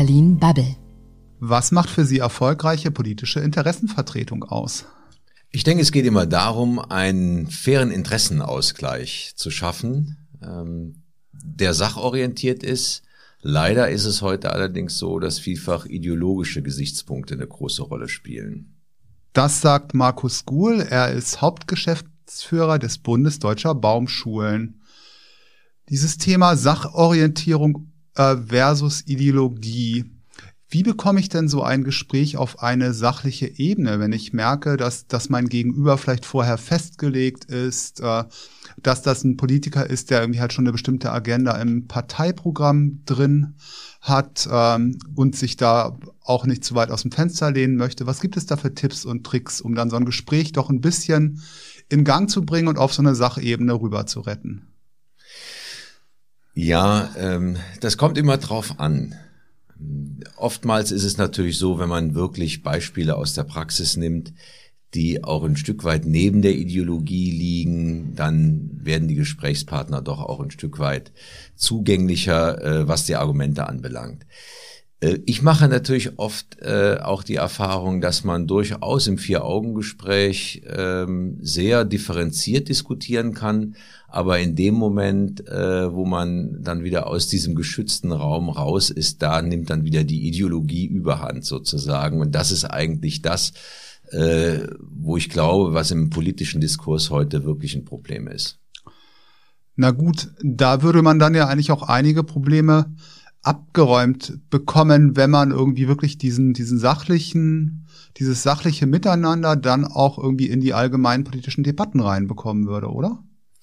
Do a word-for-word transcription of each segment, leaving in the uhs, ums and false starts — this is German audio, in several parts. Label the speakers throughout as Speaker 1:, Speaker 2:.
Speaker 1: Berlin Bubble.
Speaker 2: Was macht für Sie erfolgreiche politische Interessenvertretung aus?
Speaker 3: Ich denke, es geht immer darum, einen fairen Interessenausgleich zu schaffen, ähm, der sachorientiert ist. Leider ist es heute allerdings so, dass vielfach ideologische Gesichtspunkte eine große Rolle spielen.
Speaker 2: Das sagt Markus Guhl. Er ist Hauptgeschäftsführer des Bundes Deutscher Baumschulen. Dieses Thema Sachorientierung äh, versus Ideologie. Wie bekomme ich denn so ein Gespräch auf eine sachliche Ebene, wenn ich merke, dass, dass mein Gegenüber vielleicht vorher festgelegt ist, äh, dass das ein Politiker ist, der irgendwie halt schon eine bestimmte Agenda im Parteiprogramm drin hat ähm, und sich da auch nicht zu weit aus dem Fenster lehnen möchte? Was gibt es da für Tipps und Tricks, um dann so ein Gespräch doch ein bisschen in Gang zu bringen und auf so eine Sachebene rüber zu retten?
Speaker 3: Ja, ähm, das kommt immer drauf an. Oftmals ist es natürlich so, wenn man wirklich Beispiele aus der Praxis nimmt, die auch ein Stück weit neben der Ideologie liegen, dann werden die Gesprächspartner doch auch ein Stück weit zugänglicher, äh, was die Argumente anbelangt. Äh, ich mache natürlich oft äh, auch die Erfahrung, dass man durchaus im Vier-Augen-Gespräch äh, sehr differenziert diskutieren kann, aber in dem Moment, äh, wo man dann wieder aus diesem geschützten Raum raus ist, da nimmt dann wieder die Ideologie überhand sozusagen. Und das ist eigentlich das, äh, wo ich glaube, was im politischen Diskurs heute wirklich ein Problem ist.
Speaker 2: Na gut, da würde man dann ja eigentlich auch einige Probleme abgeräumt bekommen, wenn man irgendwie wirklich diesen, diesen sachlichen, dieses sachliche Miteinander dann auch irgendwie in die allgemeinen politischen Debatten reinbekommen würde, oder?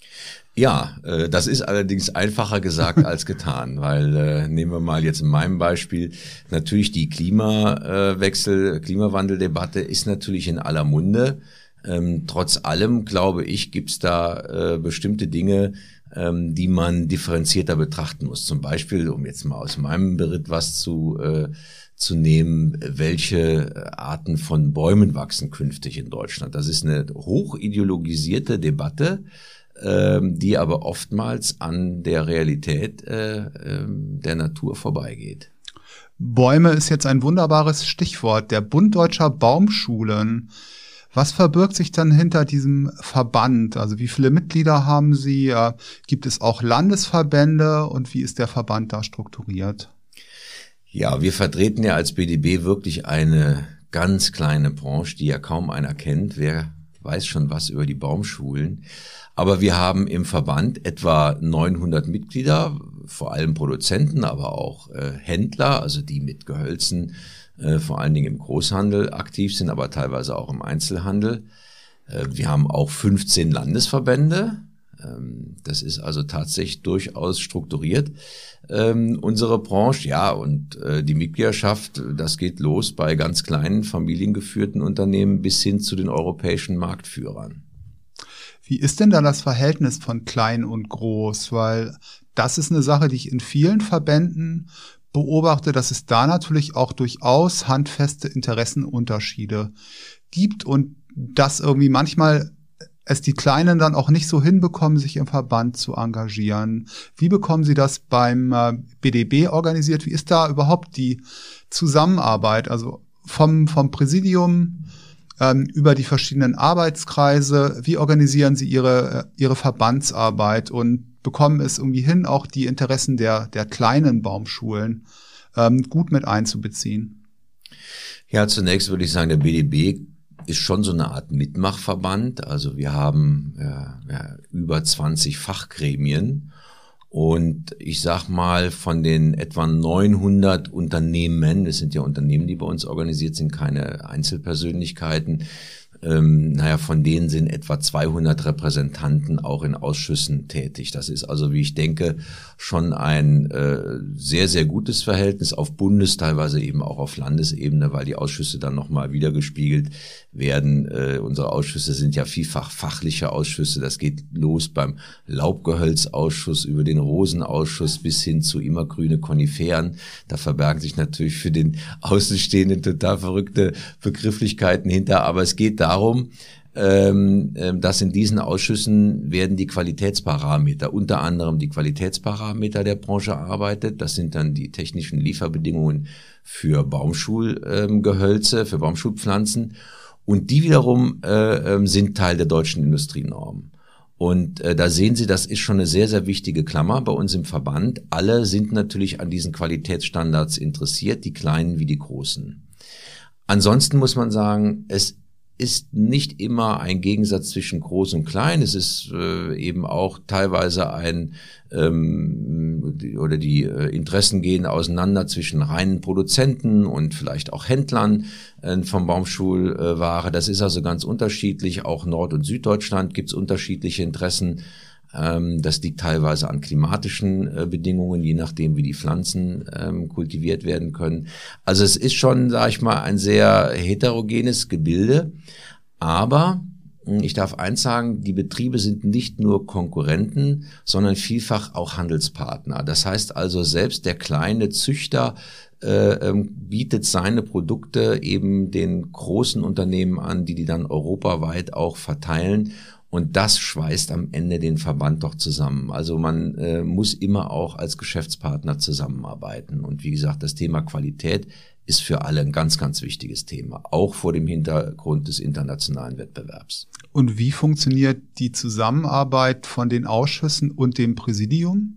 Speaker 3: Ja, äh, das ist allerdings einfacher gesagt als getan, weil äh, nehmen wir mal jetzt in meinem Beispiel, natürlich die Klimawechsel, Klimawandeldebatte ist natürlich in aller Munde. Ähm, trotz allem, glaube ich, gibt's da äh, bestimmte Dinge, ähm, die man differenzierter betrachten muss. Zum Beispiel, um jetzt mal aus meinem Beritt was zu äh, zu nehmen, welche Arten von Bäumen wachsen künftig in Deutschland. Das ist eine hochideologisierte Debatte, die aber oftmals an der Realität äh, der Natur vorbeigeht.
Speaker 2: Bäume ist jetzt ein wunderbares Stichwort. Der Bund Deutscher Baumschulen. Was verbirgt sich dann hinter diesem Verband? Also wie viele Mitglieder haben Sie? Gibt es auch Landesverbände und wie ist der Verband da strukturiert?
Speaker 3: Ja, wir vertreten ja als B D B wirklich eine ganz kleine Branche, die ja kaum einer kennt. Wer weiß schon was über die Baumschulen? Aber wir haben im Verband etwa neunhundert Mitglieder, vor allem Produzenten, aber auch äh, Händler, also die mit Gehölzen äh, vor allen Dingen im Großhandel aktiv sind, aber teilweise auch im Einzelhandel. Äh, wir haben auch fünfzehn Landesverbände. Ähm, das ist also tatsächlich durchaus strukturiert. Ähm, unsere Branche, ja, und äh, die Mitgliedschaft, das geht los bei ganz kleinen familiengeführten Unternehmen bis hin zu den europäischen Marktführern.
Speaker 2: Wie ist denn da das Verhältnis von klein und groß? Weil das ist eine Sache, die ich in vielen Verbänden beobachte, dass es da natürlich auch durchaus handfeste Interessenunterschiede gibt und dass irgendwie manchmal es die Kleinen dann auch nicht so hinbekommen, sich im Verband zu engagieren. Wie bekommen Sie das beim B D B organisiert? Wie ist da überhaupt die Zusammenarbeit? Also vom, vom Präsidium über die verschiedenen Arbeitskreise, wie organisieren Sie Ihre Ihre Verbandsarbeit und bekommen es irgendwie hin, auch die Interessen der der kleinen Baumschulen ähm, gut mit einzubeziehen?
Speaker 3: Ja, zunächst würde ich sagen, der B D B ist schon so eine Art Mitmachverband. Also wir haben ja, ja, über zwanzig Fachgremien. Und ich sag mal, von den etwa neunhundert Unternehmen, das sind ja Unternehmen, die bei uns organisiert sind, keine Einzelpersönlichkeiten, ähm, naja, von denen sind etwa zweihundert Repräsentanten auch in Ausschüssen tätig. Das ist also, wie ich denke, schon ein äh, sehr, sehr gutes Verhältnis auf Bundes-, teilweise eben auch auf Landesebene, weil die Ausschüsse dann nochmal wiedergespiegelt werden. Äh, unsere Ausschüsse sind ja vielfach fachliche Ausschüsse. Das geht los beim Laubgehölzausschuss über den Rosenausschuss bis hin zu immergrüne Koniferen. Da verbergen sich natürlich für den Außenstehenden total verrückte Begrifflichkeiten hinter, aber es geht darum, ähm, dass in diesen Ausschüssen werden die Qualitätsparameter, unter anderem die Qualitätsparameter der Branche erarbeitet. Das sind dann die technischen Lieferbedingungen für Baumschulgehölze, für Baumschulpflanzen. Und die wiederum äh, sind Teil der deutschen Industrienormen. Und äh, da sehen Sie, das ist schon eine sehr, sehr wichtige Klammer bei uns im Verband. Alle sind natürlich an diesen Qualitätsstandards interessiert, die Kleinen wie die Großen. Ansonsten muss man sagen, es ist nicht immer ein Gegensatz zwischen groß und klein. Es ist äh, eben auch teilweise ein, ähm, die, oder die äh, Interessen gehen auseinander zwischen reinen Produzenten und vielleicht auch Händlern äh, von Baumschulware. Äh, das ist also ganz unterschiedlich. Auch Nord- und Süddeutschland gibt es unterschiedliche Interessen. Ähm, das liegt teilweise an klimatischen äh, Bedingungen, je nachdem, wie die Pflanzen ähm, kultiviert werden können. Also es ist schon, sage ich mal, ein sehr heterogenes Gebilde. Aber ich darf eins sagen, die Betriebe sind nicht nur Konkurrenten, sondern vielfach auch Handelspartner. Das heißt also, selbst der kleine Züchter äh, bietet seine Produkte eben den großen Unternehmen an, die die dann europaweit auch verteilen. Und das schweißt am Ende den Verband doch zusammen. Also man äh, muss immer auch als Geschäftspartner zusammenarbeiten. Und wie gesagt, das Thema Qualität ist für alle ein ganz, ganz wichtiges Thema, auch vor dem Hintergrund des internationalen Wettbewerbs.
Speaker 2: Und wie funktioniert die Zusammenarbeit von den Ausschüssen und dem Präsidium?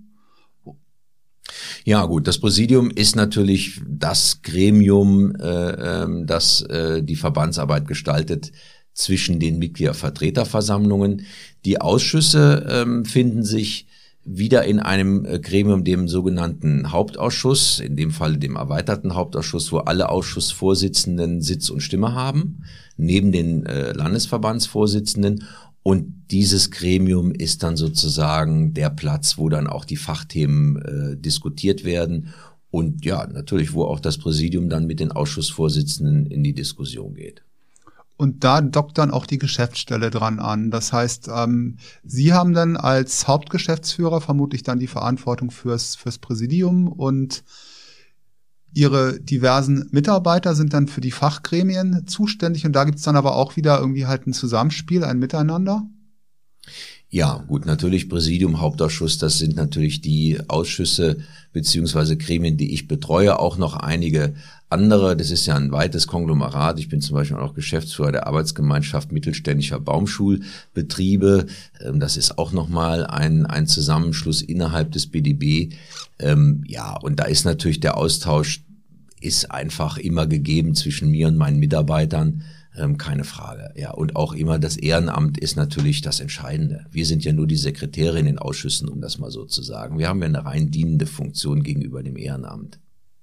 Speaker 3: Ja gut, das Präsidium ist natürlich das Gremium, äh, das äh, die Verbandsarbeit gestaltet zwischen den Mitgliedervertreterversammlungen. Die Ausschüsse ähm, finden sich wieder in einem Gremium, dem sogenannten Hauptausschuss, in dem Fall dem erweiterten Hauptausschuss, wo alle Ausschussvorsitzenden Sitz und Stimme haben, neben den äh, Landesverbandsvorsitzenden. Und dieses Gremium ist dann sozusagen der Platz, wo dann auch die Fachthemen äh, diskutiert werden. Und ja, natürlich, wo auch das Präsidium dann mit den Ausschussvorsitzenden in die Diskussion geht.
Speaker 2: Und da dockt dann auch die Geschäftsstelle dran an. Das heißt, ähm, Sie haben dann als Hauptgeschäftsführer vermutlich dann die Verantwortung fürs, fürs Präsidium und Ihre diversen Mitarbeiter sind dann für die Fachgremien zuständig. Und da gibt's dann aber auch wieder irgendwie halt ein Zusammenspiel, ein Miteinander.
Speaker 3: Ja, gut, natürlich Präsidium, Hauptausschuss, das sind natürlich die Ausschüsse beziehungsweise Gremien, die ich betreue, auch noch einige andere. Das ist ja ein weites Konglomerat. Ich bin zum Beispiel auch Geschäftsführer der Arbeitsgemeinschaft mittelständischer Baumschulbetriebe. Das ist auch nochmal ein, ein Zusammenschluss innerhalb des B D B. Ja, und da ist natürlich der Austausch ist einfach immer gegeben zwischen mir und meinen Mitarbeitern. Ähm, keine Frage. Ja, und auch immer das Ehrenamt ist natürlich das Entscheidende. Wir sind ja nur die Sekretäre in den Ausschüssen, um das mal so zu sagen. Wir haben ja eine rein dienende Funktion gegenüber dem Ehrenamt.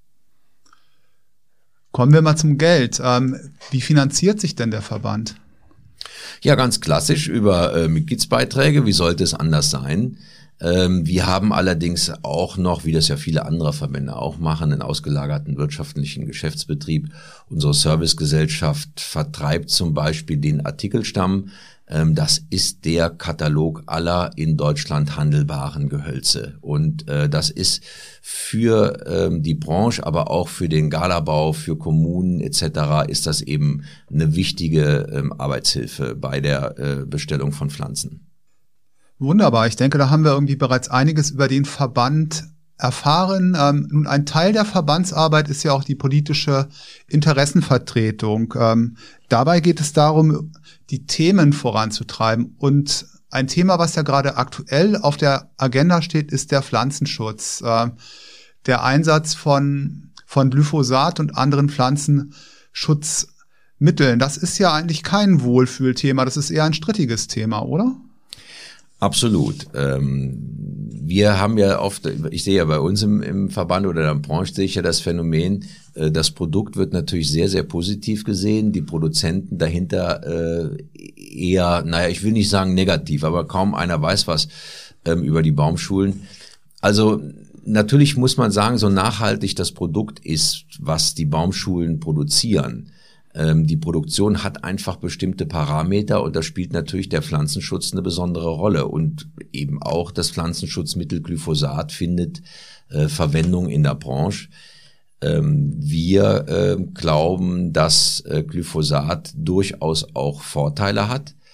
Speaker 2: Kommen wir mal zum Geld. Ähm, wie finanziert sich denn der Verband?
Speaker 3: Ja, ganz klassisch über äh, Mitgliedsbeiträge. Wie sollte es anders sein? Ähm, wir haben allerdings auch noch, wie das ja viele andere Verbände auch machen, einen ausgelagerten wirtschaftlichen Geschäftsbetrieb. Unsere Servicegesellschaft vertreibt zum Beispiel den Artikelstamm. Ähm, das ist der Katalog aller in Deutschland handelbaren Gehölze. Und äh, das ist für ähm, die Branche, aber auch für den Galabau, für Kommunen et cetera ist das eben eine wichtige ähm, Arbeitshilfe bei der äh, Bestellung von Pflanzen.
Speaker 2: Wunderbar. Ich denke, da haben wir irgendwie bereits einiges über den Verband erfahren. Ähm, nun, ein Teil der Verbandsarbeit ist ja auch die politische Interessenvertretung. Ähm, dabei geht es darum, die Themen voranzutreiben. Und ein Thema, was ja gerade aktuell auf der Agenda steht, ist der Pflanzenschutz. Äh, der Einsatz von, von Glyphosat und anderen Pflanzenschutzmitteln. Das ist ja eigentlich kein Wohlfühlthema. Das ist eher ein strittiges Thema, oder?
Speaker 3: Absolut. Ähm, wir haben ja oft, ich sehe ja bei uns im, im Verband oder in der Branche sehe ich ja das Phänomen, äh, das Produkt wird natürlich sehr, sehr positiv gesehen, die Produzenten dahinter äh, eher, naja, ich will nicht sagen negativ, aber kaum einer weiß was ähm, über die Baumschulen. Also natürlich muss man sagen, so nachhaltig das Produkt ist, was die Baumschulen produzieren. Die Produktion hat einfach bestimmte Parameter und da spielt natürlich der Pflanzenschutz eine besondere Rolle und eben auch das Pflanzenschutzmittel Glyphosat findet äh, Verwendung in der Branche. Ähm, wir äh, glauben, dass äh, Glyphosat durchaus auch Vorteile hat.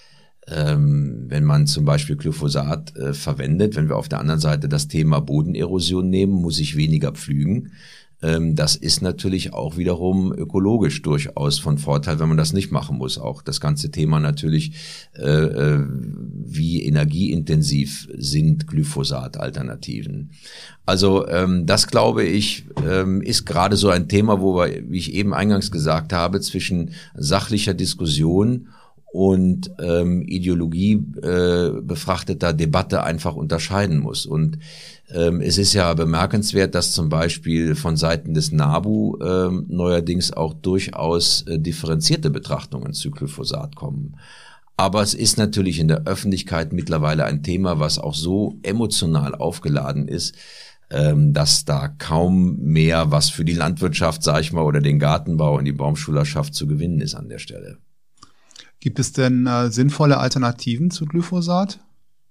Speaker 3: ähm, wenn man zum Beispiel Glyphosat äh, verwendet. Wenn wir auf der anderen Seite das Thema Bodenerosion nehmen, muss ich weniger pflügen. Ähm, das ist natürlich auch wiederum ökologisch durchaus von Vorteil, wenn man das nicht machen muss. Auch das ganze Thema natürlich, äh, wie energieintensiv sind Glyphosat-Alternativen. Also ähm, das, glaube ich, ähm, ist gerade so ein Thema, wo wir, wie ich eben eingangs gesagt habe, zwischen sachlicher Diskussion und ähm, Ideologie äh, befrachteter Debatte einfach unterscheiden muss. Und ähm, es ist ja bemerkenswert, dass zum Beispiel von Seiten des NABU ähm, neuerdings auch durchaus äh, differenzierte Betrachtungen zu Glyphosat kommen. Aber es ist natürlich in der Öffentlichkeit mittlerweile ein Thema, was auch so emotional aufgeladen ist, ähm, dass da kaum mehr was für die Landwirtschaft, sag ich mal, oder den Gartenbau und die Baumschulerschaft zu gewinnen ist an der Stelle.
Speaker 2: Gibt es denn äh, sinnvolle Alternativen zu Glyphosat?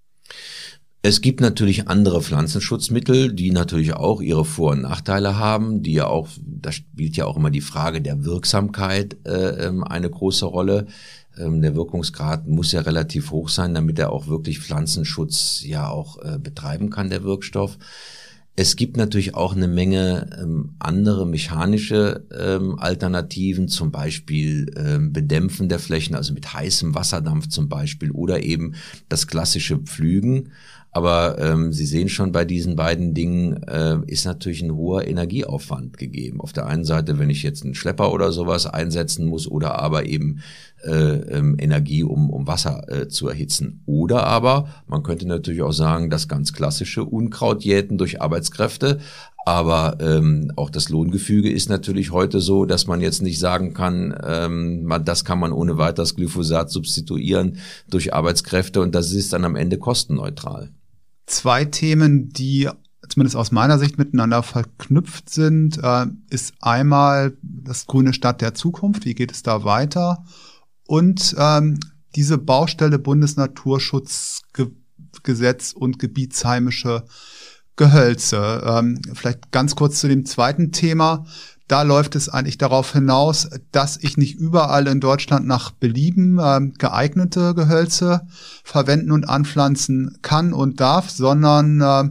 Speaker 3: Es gibt natürlich andere Pflanzenschutzmittel, die natürlich auch ihre Vor- und Nachteile haben, die ja auch, da spielt ja auch immer die Frage der Wirksamkeit äh, eine große Rolle. Ähm, der Wirkungsgrad muss ja relativ hoch sein, damit er auch wirklich Pflanzenschutz ja auch äh, betreiben kann, der Wirkstoff. Es gibt natürlich auch eine Menge ähm, andere mechanische ähm, Alternativen, zum Beispiel ähm, Bedämpfen der Flächen, also mit heißem Wasserdampf zum Beispiel, oder eben das klassische Pflügen. Aber ähm, Sie sehen schon, bei diesen beiden Dingen äh, ist natürlich ein hoher Energieaufwand gegeben. Auf der einen Seite, wenn ich jetzt einen Schlepper oder sowas einsetzen muss, oder aber eben äh, ähm, Energie, um, um Wasser äh, zu erhitzen. Oder aber, man könnte natürlich auch sagen, das ganz klassische Unkrautjäten durch Arbeitskräfte. Aber ähm, auch das Lohngefüge ist natürlich heute so, dass man jetzt nicht sagen kann, ähm, man, das kann man ohne weiteres Glyphosat substituieren durch Arbeitskräfte, und das ist dann am Ende kostenneutral.
Speaker 2: Zwei Themen, die zumindest aus meiner Sicht miteinander verknüpft sind, äh, ist einmal das Grüne Stadt der Zukunft. Wie geht es da weiter? Und ähm, diese Baustelle Bundesnaturschutzgesetz und gebietsheimische Gehölze. Ähm, vielleicht ganz kurz zu dem zweiten Thema. Da läuft es eigentlich darauf hinaus, dass ich nicht überall in Deutschland nach Belieben ähm, geeignete Gehölze verwenden und anpflanzen kann und darf, sondern äh,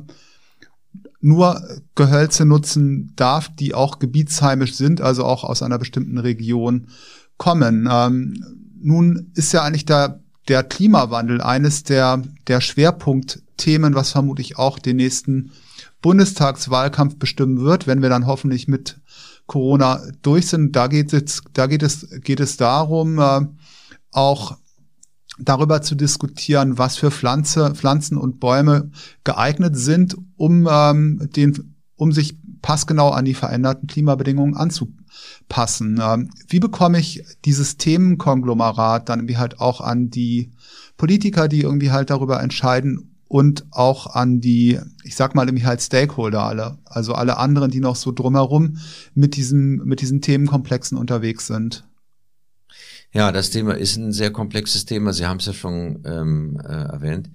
Speaker 2: nur Gehölze nutzen darf, die auch gebietsheimisch sind, also auch aus einer bestimmten Region kommen. Ähm, nun ist ja eigentlich der, der Klimawandel eines der, der Schwerpunktthemen, was vermutlich auch den nächsten Bundestagswahlkampf bestimmen wird, wenn wir dann hoffentlich mit Corona durch sind. Da geht es, da geht es, geht es darum, äh, auch darüber zu diskutieren, was für Pflanze, Pflanzen und Bäume geeignet sind, um ähm, den, um sich passgenau an die veränderten Klimabedingungen anzupassen. Ähm, wie bekomme ich dieses Themenkonglomerat dann irgendwie halt auch an die Politiker, die irgendwie halt darüber entscheiden, und auch an die, ich sag mal, irgendwie halt Stakeholder alle, also alle anderen, die noch so drumherum mit diesem, mit diesen Themenkomplexen unterwegs sind?
Speaker 3: Ja, das Thema ist ein sehr komplexes Thema. Sie haben es ja schon ähm, äh, erwähnt.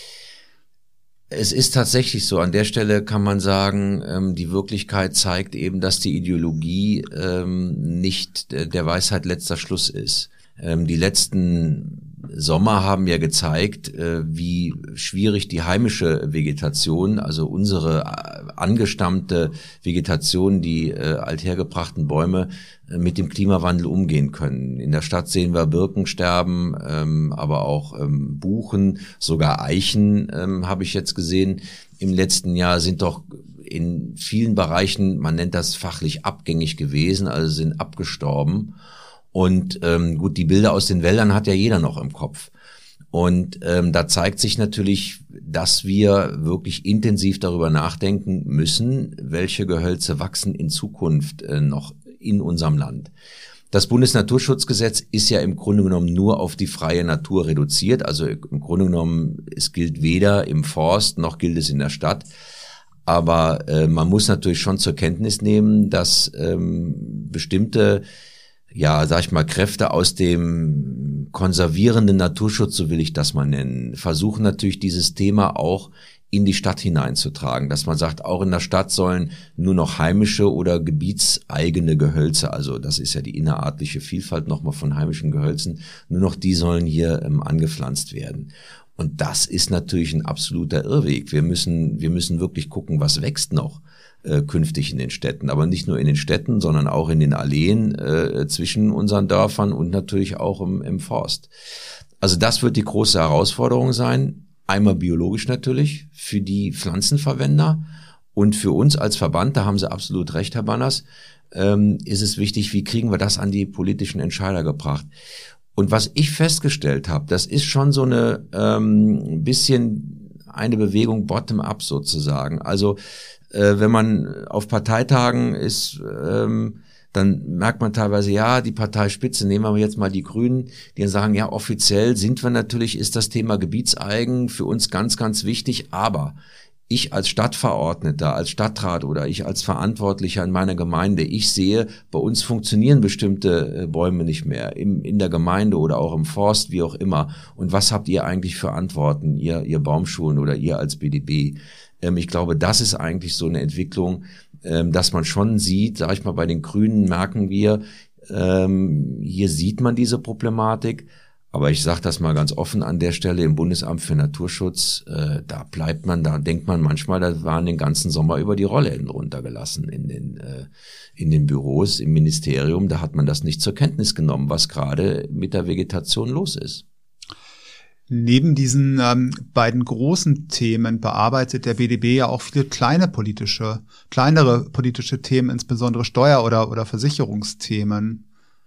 Speaker 3: Es ist tatsächlich so, an der Stelle kann man sagen, ähm, die Wirklichkeit zeigt eben, dass die Ideologie ähm, nicht der Weisheit letzter Schluss ist. Ähm, die letzten Sommer haben ja gezeigt, äh, wie schwierig die heimische Vegetation, also unsere äh, angestammte Vegetation, die äh, althergebrachten Bäume, äh, mit dem Klimawandel umgehen können. In der Stadt sehen wir Birkensterben, ähm, aber auch ähm, Buchen, sogar Eichen ähm, habe ich jetzt gesehen. Im letzten Jahr sind doch in vielen Bereichen, man nennt das fachlich abgängig gewesen, also sind abgestorben. Und ähm, gut, die Bilder aus den Wäldern hat ja jeder noch im Kopf. Und ähm, da zeigt sich natürlich, dass wir wirklich intensiv darüber nachdenken müssen, welche Gehölze wachsen in Zukunft äh, noch in unserem Land. Das Bundesnaturschutzgesetz ist ja im Grunde genommen nur auf die freie Natur reduziert. Also im Grunde genommen, es gilt weder im Forst noch gilt es in der Stadt. Aber äh, man muss natürlich schon zur Kenntnis nehmen, dass ähm, bestimmte ja, sag ich mal, Kräfte aus dem konservierenden Naturschutz, so will ich das mal nennen, versuchen natürlich dieses Thema auch in die Stadt hineinzutragen, dass man sagt, auch in der Stadt sollen nur noch heimische oder gebietseigene Gehölze, also das ist ja die innerartliche Vielfalt nochmal von heimischen Gehölzen, nur noch die sollen hier ähm, angepflanzt werden. Und das ist natürlich ein absoluter Irrweg. Wir müssen, wir müssen wirklich gucken, was wächst noch äh, künftig in den Städten, aber nicht nur in den Städten, sondern auch in den Alleen äh, zwischen unseren Dörfern und natürlich auch im, im Forst. Also das wird die große Herausforderung sein. Einmal biologisch natürlich für die Pflanzenverwender und für uns als Verband, da haben Sie absolut recht, Herr Banners, ähm, ist es wichtig, wie kriegen wir das an die politischen Entscheider gebracht. Und was ich festgestellt habe, das ist schon so eine ähm, bisschen eine Bewegung bottom-up sozusagen. Also äh, wenn man auf Parteitagen ist, ähm, dann merkt man teilweise, ja, die Parteispitze, nehmen wir jetzt mal die Grünen, die sagen, ja, offiziell sind wir natürlich, ist das Thema Gebietseigen für uns ganz, ganz wichtig, aber ich als Stadtverordneter, als Stadtrat oder ich als Verantwortlicher in meiner Gemeinde, ich sehe, bei uns funktionieren bestimmte Bäume nicht mehr, im, in der Gemeinde oder auch im Forst, wie auch immer. Und was habt ihr eigentlich für Antworten, ihr, ihr Baumschulen oder ihr als B D B? Ähm, ich glaube, das ist eigentlich so eine Entwicklung, dass man schon sieht, sag ich mal, bei den Grünen merken wir, ähm, hier sieht man diese Problematik, aber ich sage das mal ganz offen an der Stelle, im Bundesamt für Naturschutz, äh, da bleibt man, da denkt man manchmal, da waren den ganzen Sommer über die Rollläden runtergelassen in den, äh, in den Büros, im Ministerium, da hat man das nicht zur Kenntnis genommen, was gerade mit der Vegetation los ist.
Speaker 2: Neben diesen ähm, beiden großen Themen bearbeitet der B D B ja auch viele kleine politische, kleinere politische Themen, insbesondere Steuer- oder, oder Versicherungsthemen.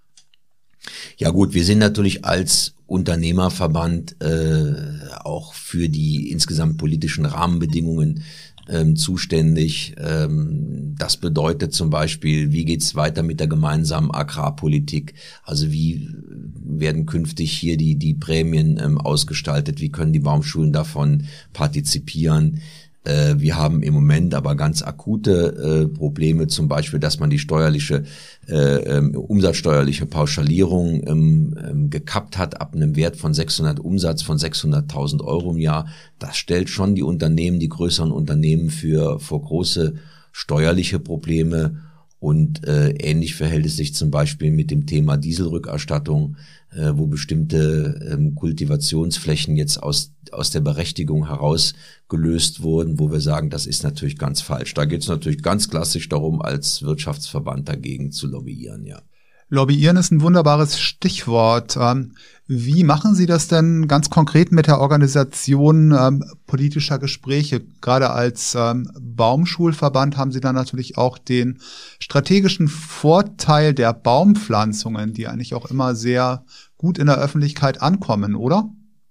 Speaker 3: Ja gut, wir sind natürlich als Unternehmerverband äh, auch für die insgesamt politischen Rahmenbedingungen ähm, zuständig. Ähm, das bedeutet zum Beispiel, wie geht's weiter mit der gemeinsamen Agrarpolitik? Also wie werden künftig hier die die Prämien ähm, ausgestaltet? Wie können die Baumschulen davon partizipieren? Äh, wir haben im Moment aber ganz akute äh, Probleme, zum Beispiel, dass man die steuerliche äh, ähm, umsatzsteuerliche Pauschalierung ähm, ähm, gekappt hat ab einem Wert von sechshundert Umsatz von sechshunderttausend Euro im Jahr. Das stellt schon die Unternehmen, die größeren Unternehmen für vor große steuerliche Probleme. Und äh, ähnlich verhält es sich zum Beispiel mit dem Thema Dieselrückerstattung, äh, wo bestimmte ähm, Kultivationsflächen jetzt aus aus der Berechtigung herausgelöst wurden, wo wir sagen, das ist natürlich ganz falsch. Da geht es natürlich ganz klassisch darum, als Wirtschaftsverband dagegen zu lobbyieren, ja.
Speaker 2: Lobbyieren ist ein wunderbares Stichwort. Wie machen Sie das denn ganz konkret mit der Organisation ähm, politischer Gespräche? Gerade als ähm, Baumschulverband haben Sie dann natürlich auch den strategischen Vorteil der Baumpflanzungen, die eigentlich auch immer sehr gut in der Öffentlichkeit ankommen, oder?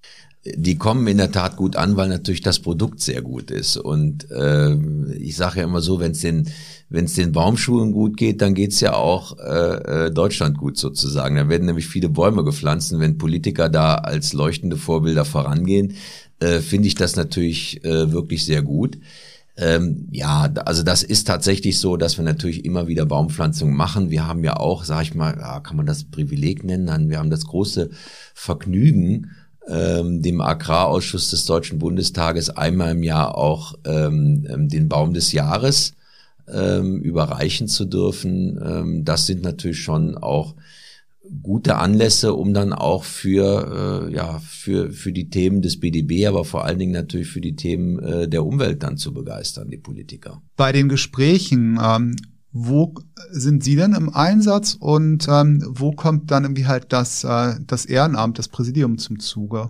Speaker 3: Die kommen in der Tat gut an, weil natürlich das Produkt sehr gut ist. Und äh, ich sage ja immer so, wenn es den wenn es den Baumschulen gut geht, dann geht's ja auch äh, Deutschland gut sozusagen. Da werden nämlich viele Bäume gepflanzt. Und wenn Politiker da als leuchtende Vorbilder vorangehen, äh, finde ich das natürlich äh, wirklich sehr gut. Ähm, ja, also das ist tatsächlich so, dass wir natürlich immer wieder Baumpflanzungen machen. Wir haben ja auch, sag ich mal, ja, kann man das Privileg nennen, wir haben das große Vergnügen, ähm, dem Agrarausschuss des Deutschen Bundestages einmal im Jahr auch ähm, den Baum des Jahres ähm, überreichen zu dürfen. Ähm, das sind natürlich schon auch gute Anlässe, um dann auch für äh, ja für für die Themen des B D B, aber vor allen Dingen natürlich für die Themen äh, der Umwelt dann zu begeistern, die Politiker.
Speaker 2: Bei den Gesprächen, ähm, wo sind Sie denn im Einsatz und ähm, wo kommt dann irgendwie halt das äh, das Ehrenamt, das Präsidium zum Zuge?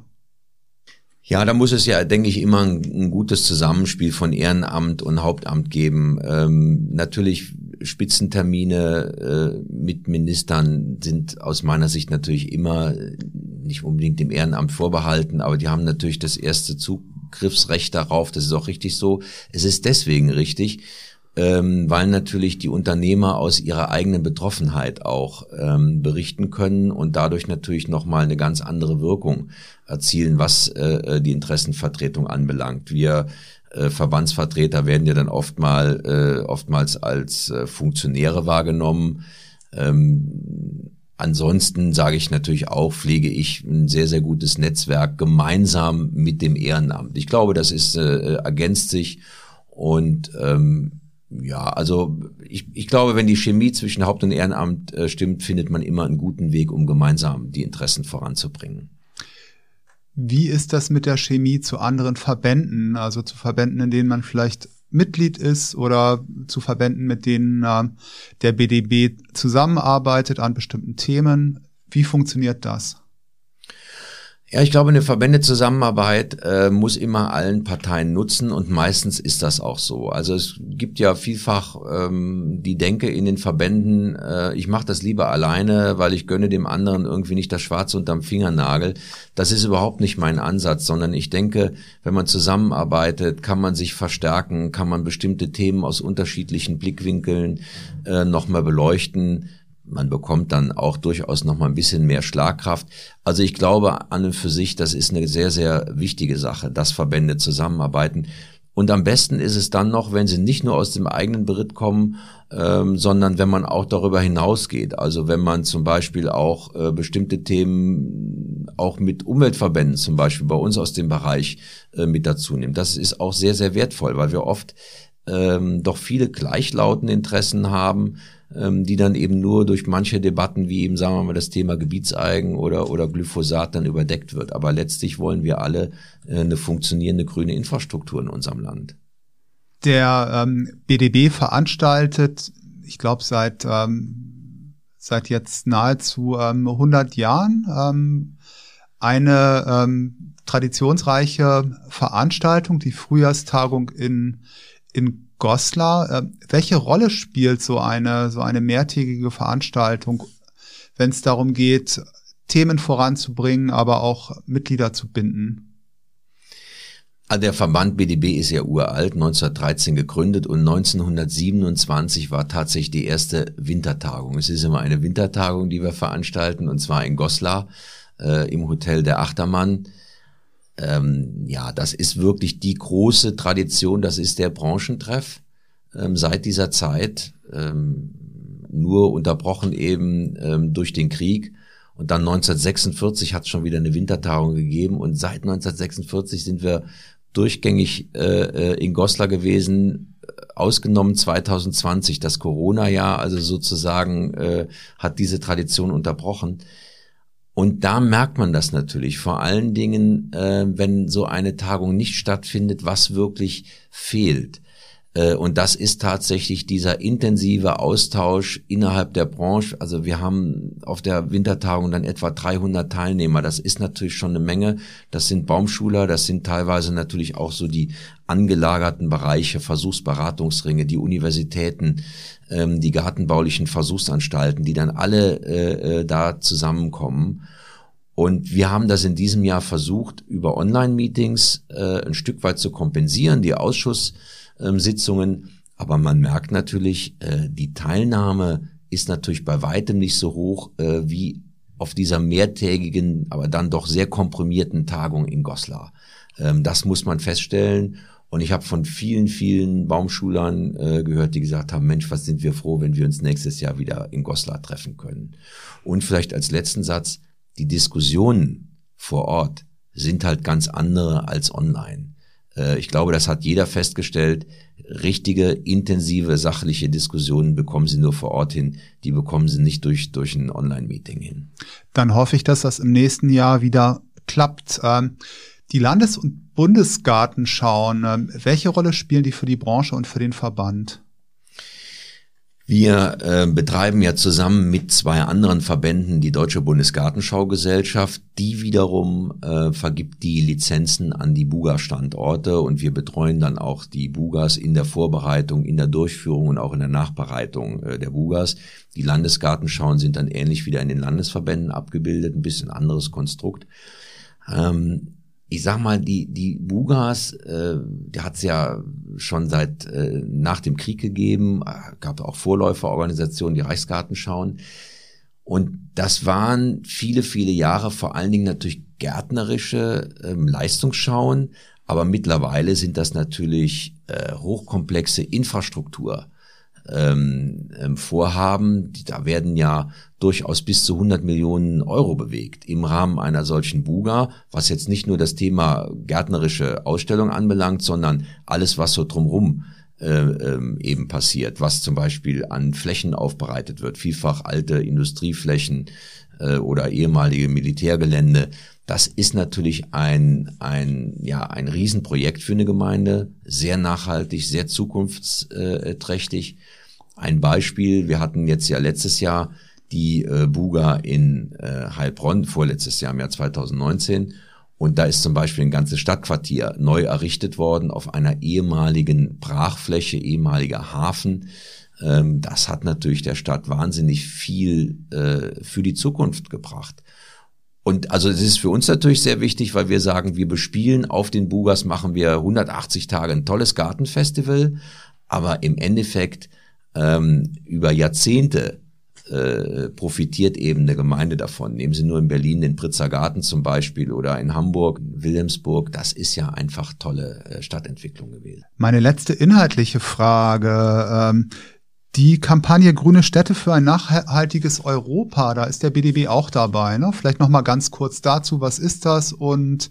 Speaker 3: Ja, da muss es ja, denke ich, immer ein, ein gutes Zusammenspiel von Ehrenamt und Hauptamt geben. Ähm, natürlich Spitzentermine äh, mit Ministern sind aus meiner Sicht natürlich immer nicht unbedingt dem Ehrenamt vorbehalten, aber die haben natürlich das erste Zugriffsrecht darauf. Das ist auch richtig so. Es ist deswegen richtig, ähm, weil natürlich die Unternehmer aus ihrer eigenen Betroffenheit auch ähm, berichten können und dadurch natürlich nochmal eine ganz andere Wirkung erzielen, was äh, die Interessenvertretung anbelangt. Wir äh, Verbandsvertreter werden ja dann oftmal, äh, oftmals als äh, Funktionäre wahrgenommen. Ähm, ansonsten sage ich natürlich auch, pflege ich ein sehr, sehr gutes Netzwerk gemeinsam mit dem Ehrenamt. Ich glaube, das ist äh, ergänzt sich und ähm, ja, also ich, ich glaube, wenn die Chemie zwischen Haupt- und Ehrenamt äh, stimmt, findet man immer einen guten Weg, um gemeinsam die Interessen voranzubringen.
Speaker 2: Wie ist das mit der Chemie zu anderen Verbänden, also zu Verbänden, in denen man vielleicht Mitglied ist oder zu Verbänden, mit denen äh, der B D B zusammenarbeitet an bestimmten Themen? Wie funktioniert das?
Speaker 3: Ja, ich glaube, eine Verbändezusammenarbeit äh, muss immer allen Parteien nutzen und meistens ist das auch so. Also es gibt ja vielfach ähm, die Denke in den Verbänden, äh, ich mache das lieber alleine, weil ich gönne dem anderen irgendwie nicht das Schwarze unterm Fingernagel. Das ist überhaupt nicht mein Ansatz, sondern ich denke, wenn man zusammenarbeitet, kann man sich verstärken, kann man bestimmte Themen aus unterschiedlichen Blickwinkeln äh, nochmal beleuchten. Man bekommt dann auch durchaus noch mal ein bisschen mehr Schlagkraft. Also ich glaube an und für sich, das ist eine sehr, sehr wichtige Sache, dass Verbände zusammenarbeiten. Und am besten ist es dann noch, wenn sie nicht nur aus dem eigenen Beritt kommen, ähm, sondern wenn man auch darüber hinausgeht. Also wenn man zum Beispiel auch äh, bestimmte Themen auch mit Umweltverbänden zum Beispiel bei uns aus dem Bereich äh, mit dazu nimmt. Das ist auch sehr, sehr wertvoll, weil wir oft ähm, doch viele gleichlautende Interessen haben, die dann eben nur durch manche Debatten, wie eben, sagen wir mal, das Thema Gebietseigen oder oder Glyphosat dann überdeckt wird. Aber letztlich wollen wir alle eine funktionierende grüne Infrastruktur in unserem Land.
Speaker 2: Der ähm, B D B veranstaltet, ich glaube, seit ähm, seit jetzt nahezu ähm, hundert Jahren ähm, eine ähm, traditionsreiche Veranstaltung, die Frühjahrstagung in in Goslar. Welche Rolle spielt so eine so eine mehrtägige Veranstaltung, wenn es darum geht, Themen voranzubringen, aber auch Mitglieder zu binden?
Speaker 3: Also der Verband B D B ist ja uralt, neunzehnhundertdreizehn gegründet und neunzehnhundertsiebenundzwanzig war tatsächlich die erste Wintertagung. Es ist immer eine Wintertagung, die wir veranstalten, und zwar in Goslar äh, im Hotel der Achtermann. Ähm, ja, das ist wirklich die große Tradition, das ist der Branchentreff ähm, seit dieser Zeit, ähm, nur unterbrochen eben ähm, durch den Krieg. Und dann neunzehnhundertsechsundvierzig hat es schon wieder eine Wintertagung gegeben und seit neunzehnhundertsechsundvierzig sind wir durchgängig äh, in Goslar gewesen, ausgenommen zweitausendzwanzig, das Corona-Jahr, also sozusagen äh, hat diese Tradition unterbrochen. Und da merkt man das natürlich, vor allen Dingen, äh, wenn so eine Tagung nicht stattfindet, was wirklich fehlt. Äh, und das ist tatsächlich dieser intensive Austausch innerhalb der Branche. Also wir haben auf der Wintertagung dann etwa dreihundert Teilnehmer. Das ist natürlich schon eine Menge. Das sind Baumschuler, das sind teilweise natürlich auch so die angelagerten Bereiche, Versuchsberatungsringe, die Universitäten, ähm, die gartenbaulichen Versuchsanstalten, die dann alle äh, da zusammenkommen. Und wir haben das in diesem Jahr versucht, über Online-Meetings äh, ein Stück weit zu kompensieren, die Ausschusssitzungen. Aber man merkt natürlich, äh, die Teilnahme ist natürlich bei weitem nicht so hoch äh, wie auf dieser mehrtägigen, aber dann doch sehr komprimierten Tagung in Goslar. Ähm, das muss man feststellen. Und ich habe von vielen, vielen Baumschulern äh, gehört, die gesagt haben, Mensch, was sind wir froh, wenn wir uns nächstes Jahr wieder in Goslar treffen können. Und vielleicht als letzten Satz, die Diskussionen vor Ort sind halt ganz andere als online. Äh, ich glaube, das hat jeder festgestellt. Richtige, intensive, sachliche Diskussionen bekommen Sie nur vor Ort hin. Die bekommen Sie nicht durch, durch ein Online-Meeting hin.
Speaker 2: Dann hoffe ich, dass das im nächsten Jahr wieder klappt. Ähm, die Landes- und Bundesgartenschauen, ähm, welche Rolle spielen die für die Branche und für den Verband?
Speaker 3: Wir äh, betreiben ja zusammen mit zwei anderen Verbänden die Deutsche Bundesgartenschaugesellschaft. Die wiederum äh, vergibt die Lizenzen an die Buga-Standorte und wir betreuen dann auch die Bugas in der Vorbereitung, in der Durchführung und auch in der Nachbereitung äh, der Bugas. Die Landesgartenschauen sind dann ähnlich wieder in den Landesverbänden abgebildet, ein bisschen anderes Konstrukt. Ähm, Ich sag mal, die die Bugas, äh, die hat es ja schon seit äh, nach dem Krieg gegeben, äh, gab auch Vorläuferorganisationen, die Reichsgartenschauen. Und das waren viele, viele Jahre vor allen Dingen natürlich gärtnerische ähm, Leistungsschauen, aber mittlerweile sind das natürlich äh, hochkomplexe Infrastruktur. ähm, ähm, vorhaben. Da werden ja durchaus bis zu hundert Millionen Euro bewegt im Rahmen einer solchen Buga, was jetzt nicht nur das Thema gärtnerische Ausstellung anbelangt, sondern alles, was so drumherum äh, ähm, eben passiert, was zum Beispiel an Flächen aufbereitet wird, vielfach alte Industrieflächen äh, oder ehemalige Militärgelände. Das ist natürlich ein, ein, ja, ein Riesenprojekt für eine Gemeinde, sehr nachhaltig, sehr zukunftsträchtig. Ein Beispiel, wir hatten jetzt ja letztes Jahr die äh, Buga in äh, Heilbronn, vorletztes Jahr im Jahr zweitausendneunzehn. Und da ist zum Beispiel ein ganzes Stadtquartier neu errichtet worden auf einer ehemaligen Brachfläche, ehemaliger Hafen. Ähm, das hat natürlich der Stadt wahnsinnig viel äh, für die Zukunft gebracht. Und also es ist für uns natürlich sehr wichtig, weil wir sagen, wir bespielen auf den Bugas, machen wir hundertachtzig Tage ein tolles Gartenfestival, aber im Endeffekt ähm, über Jahrzehnte äh, profitiert eben eine Gemeinde davon. Nehmen Sie nur in Berlin den Pritzer Garten zum Beispiel oder in Hamburg, Wilhelmsburg. Das ist ja einfach tolle äh, Stadtentwicklung gewesen.
Speaker 2: Meine letzte inhaltliche Frage, ähm, die Kampagne Grüne Städte für ein nachhaltiges Europa, da ist der B D B auch dabei, ne? Vielleicht noch mal ganz kurz dazu, was ist das und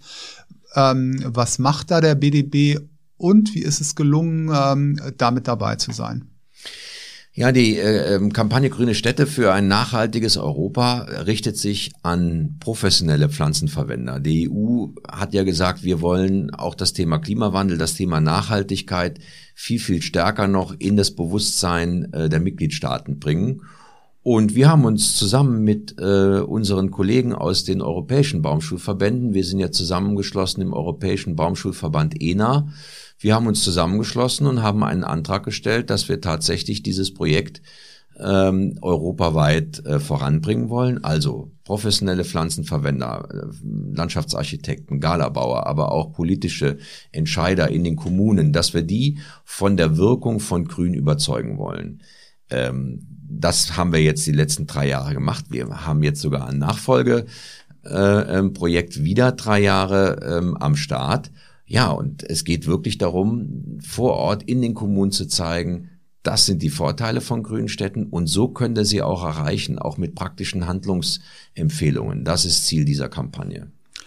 Speaker 2: ähm, was macht da der B D B und wie ist es gelungen, ähm, damit dabei zu sein?
Speaker 3: Ja, die äh, Kampagne Grüne Städte für ein nachhaltiges Europa richtet sich an professionelle Pflanzenverwender. Die E U hat ja gesagt, wir wollen auch das Thema Klimawandel, das Thema Nachhaltigkeit viel, viel stärker noch in das Bewusstsein äh, der Mitgliedstaaten bringen. Und wir haben uns zusammen mit äh, unseren Kollegen aus den europäischen Baumschulverbänden, wir sind ja zusammengeschlossen im Europäischen Baumschulverband E N A, wir haben uns zusammengeschlossen und haben einen Antrag gestellt, dass wir tatsächlich dieses Projekt ähm, europaweit äh, voranbringen wollen. Also professionelle Pflanzenverwender, äh, Landschaftsarchitekten, Galabauer, aber auch politische Entscheider in den Kommunen, dass wir die von der Wirkung von Grün überzeugen wollen. Ähm, das haben wir jetzt die letzten drei Jahre gemacht. Wir haben jetzt sogar ein Nachfolgeprojekt äh, wieder drei Jahre ähm, am Start. Ja, und es geht wirklich darum, vor Ort in den Kommunen zu zeigen, das sind die Vorteile von grünen Städten und so können wir sie auch erreichen, auch mit praktischen Handlungsempfehlungen. Das ist Ziel dieser Kampagne.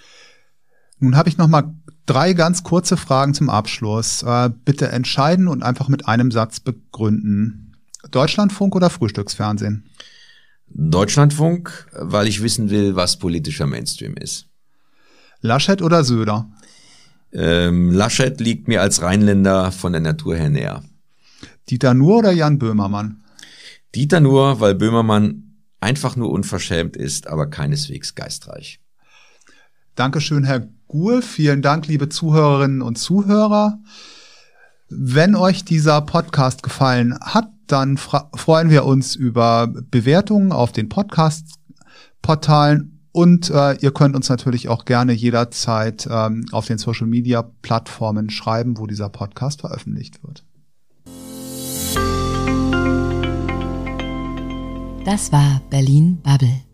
Speaker 2: Nun habe ich noch mal drei ganz kurze Fragen zum Abschluss. Äh, bitte entscheiden und einfach mit einem Satz begründen. Deutschlandfunk oder Frühstücksfernsehen?
Speaker 3: Deutschlandfunk, weil ich wissen will, was politischer Mainstream ist.
Speaker 2: Laschet oder Söder?
Speaker 3: Ähm, Laschet liegt mir als Rheinländer von der Natur her näher.
Speaker 2: Dieter Nuhr oder Jan Böhmermann?
Speaker 3: Dieter Nuhr, weil Böhmermann einfach nur unverschämt ist, aber keineswegs geistreich.
Speaker 2: Dankeschön, Herr Guhl. Vielen Dank, liebe Zuhörerinnen und Zuhörer. Wenn euch dieser Podcast gefallen hat, dann fra- freuen wir uns über Bewertungen auf den Podcast-Portalen. Und äh, ihr könnt uns natürlich auch gerne jederzeit ähm, auf den Social-Media-Plattformen schreiben, wo dieser Podcast veröffentlicht wird.
Speaker 1: Das war Berlin Bubble.